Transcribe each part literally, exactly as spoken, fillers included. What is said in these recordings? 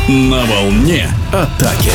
На волне атаки.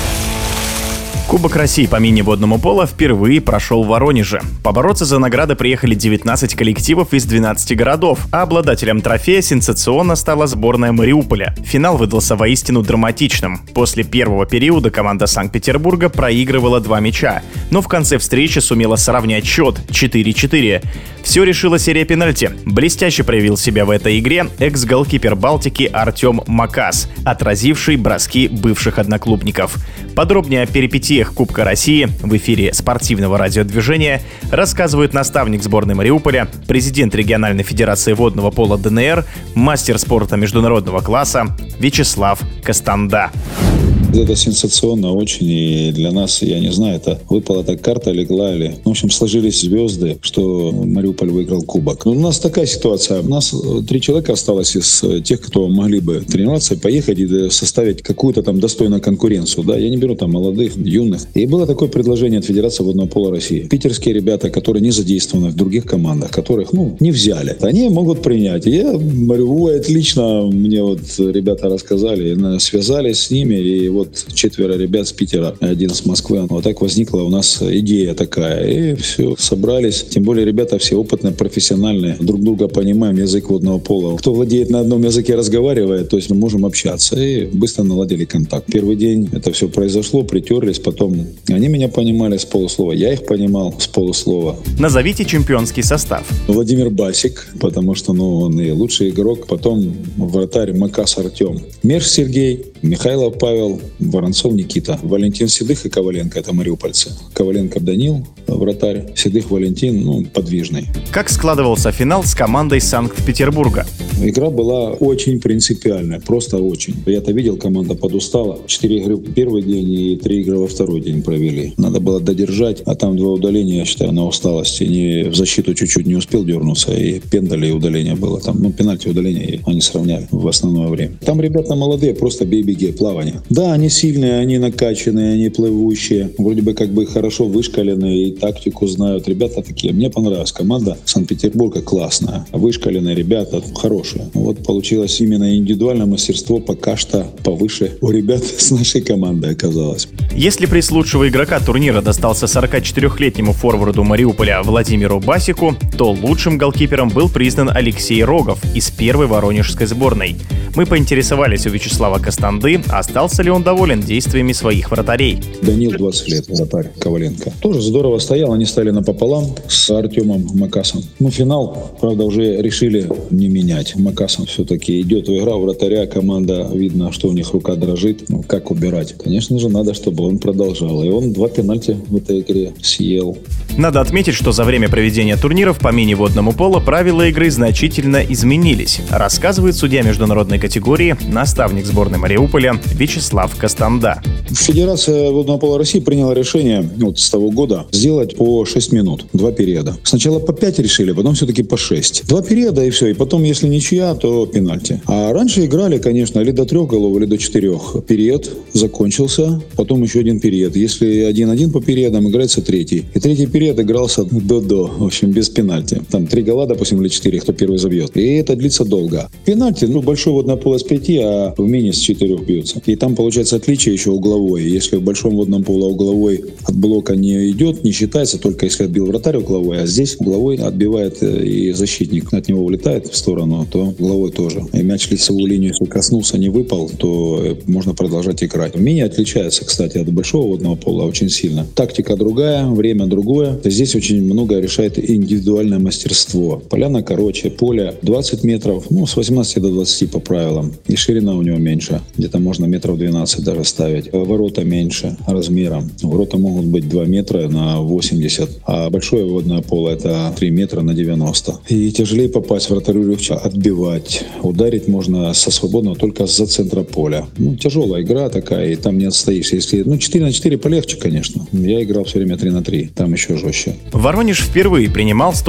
Кубок России по мини-водному поло впервые прошел в Воронеже. Побороться за награды приехали девятнадцать коллективов из двенадцати городов, а обладателем трофея сенсационно стала сборная Мариуполя. Финал выдался воистину драматичным. После первого периода команда Санкт-Петербурга проигрывала два мяча, но в конце встречи сумела сравнять счет четыре-четыре. Все решила серия пенальти. Блестяще проявил себя в этой игре экс-голкипер Балтики Артем Макас, отразивший броски бывших одноклубников. Подробнее о перипетиях Кубка России в эфире спортивного радиодвижения рассказывает наставник сборной Мариуполя, президент региональной федерации водного пола ДНР, мастер спорта международного класса Вячеслав Костанда. Это сенсационно очень, и для нас, я не знаю, это выпала так карта, легла или... В общем, сложились звезды, что Мариуполь выиграл кубок. У нас такая ситуация. У нас три человека осталось из тех, кто могли бы тренироваться, поехать и составить какую-то там достойную конкуренцию. Да? Я не беру там молодых, юных. И было такое предложение от Федерации водного пола России. Питерские ребята, которые не задействованы в других командах, которых, ну, не взяли, они могут принять. И я говорю, отлично, мне вот ребята рассказали, связались с ними, и вот Вот четверо ребят с Питера, один с Москвы. Вот так возникла у нас идея такая. И все, собрались. Тем более ребята все опытные, профессиональные. Друг друга понимаем, язык водного пола. Кто владеет на одном языке, разговаривает, то есть мы можем общаться. И быстро наладили контакт. Первый день это все произошло, притерлись. Потом они меня понимали с полуслова, я их понимал с полуслова. Назовите чемпионский состав. Владимир Басик, потому что ну, он и лучший игрок. Потом вратарь Макас Артем. Мерш Сергей, Михайлов Павел, Воронцов Никита, Валентин Седых и Коваленко — это мариупольцы. Коваленко Данил, вратарь, Седых Валентин, ну, подвижный. Как складывался финал с командой Санкт-Петербурга? Игра была очень принципиальная, просто очень. Я-то видел, команда подустала. Четыре игры в первый день и три игры во второй день провели. Надо было додержать, а там два удаления, я считаю, на усталости. Не в защиту чуть-чуть не успел дернуться, и пендали, и удаление было там. Ну, пенальти, удаление они сравняли в основное время. Там ребята молодые, просто бей-беги, плавание. Да, они сильные, они накачанные, они плывущие. Вроде бы как бы хорошо вышкаленные и тактику знают. Ребята такие. Мне понравилась команда Санкт-Петербурга, классная. Вышкаленные ребята, хорошие. Вот получилось именно индивидуальное мастерство пока что повыше у ребят с нашей командой оказалось. Если приз лучшего игрока турнира достался сорокачетырёхлетнему форварду Мариуполя Владимиру Басику, то лучшим голкипером был признан Алексей Рогов из первой воронежской сборной. Мы поинтересовались у Вячеслава Костанды, остался ли он доволен действиями своих вратарей. Данил двадцать лет, вратарь Коваленко. Тоже здорово стоял, они стали напополам с Артемом Макасом. Ну, финал, правда, уже решили не менять. Макасом все-таки идет в игра вратаря, команда, видно, что у них рука дрожит. Ну, как убирать? Конечно же, надо, чтобы он продолжал. И он два пенальти в этой игре съел. Надо отметить, что за время проведения турниров по мини-водному поло правила игры значительно изменились, рассказывает судья международной категории, наставник сборной Мариуполя Вячеслав Костанда. Федерация водного пола России приняла решение вот с того года сделать по шесть минут, два периода. Сначала по пять решили, потом все-таки по шесть. Два периода и все, и потом, если ничья, то пенальти. А раньше играли, конечно, или до трех голов, или до четырех. Период закончился, потом еще один период. Если один-один по периодам, играется третий. И третий период игрался до-до, в общем, без пенальти. Там три гола, допустим, или четыре, кто первый забьет. И это длится долго. Пенальти, ну, большой водное поло с пяти, а в мини с четырех бьется. И там получается отличие еще угловой. Если в большом водном поло угловой от блока не идет, не считается, только если отбил вратарь угловой, а здесь угловой отбивает и защитник от него улетает в сторону, то угловой тоже. И мяч лицевую линию, если коснулся, не выпал, то можно продолжать играть. Мини отличается, кстати, от большого водного пола очень сильно. Тактика другая, время другое. Здесь очень много решает индивидуальное мастерство. Поляна короче, поле двадцать метров, ну, с восемнадцати до двадцати по правилам. И ширина у него меньше. Где-то можно метров двенадцать даже ставить. Ворота меньше размером. Ворота могут быть два метра на восемьдесят, а большое водное поло это три метра на девяносто. И тяжелее попасть, вратарю легче отбивать. Ударить можно со свободного только за центра поля. Ну, тяжелая игра такая, и там не отстоишь. Если, ну, четыре на четыре полегче, конечно. Я играл все время три на три. Там еще жестче. Воронеж впервые принимал сто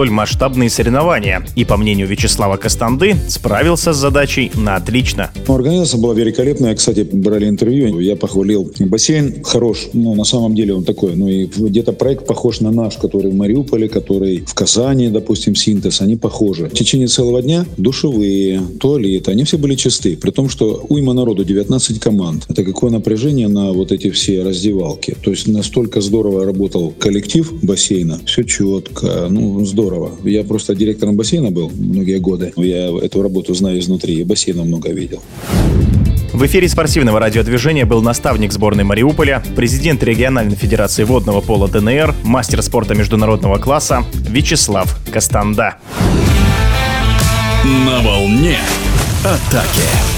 столь масштабные соревнования и, по мнению Вячеслава Костанды, справился с задачей на отлично. Организация была великолепная. Кстати, брали интервью, я похвалил. Бассейн хорош, ну, на самом деле он такой. Ну, и где-то проект похож на наш, который в Мариуполе, который в Казани, допустим, Синтез, они похожи. В течение целого дня душевые, туалеты, они все были чисты. При том, что уйма народу, девятнадцать команд. Это какое напряжение на вот эти все раздевалки. То есть настолько здорово работал коллектив бассейна. Все четко, ну, здорово. Я просто директором бассейна был многие годы. Я эту работу знаю изнутри, и бассейна много видел. В эфире спортивного радиодвижения был наставник сборной Мариуполя, президент региональной федерации водного пола ДНР, мастер спорта международного класса Вячеслав Костанда. На волне атаки.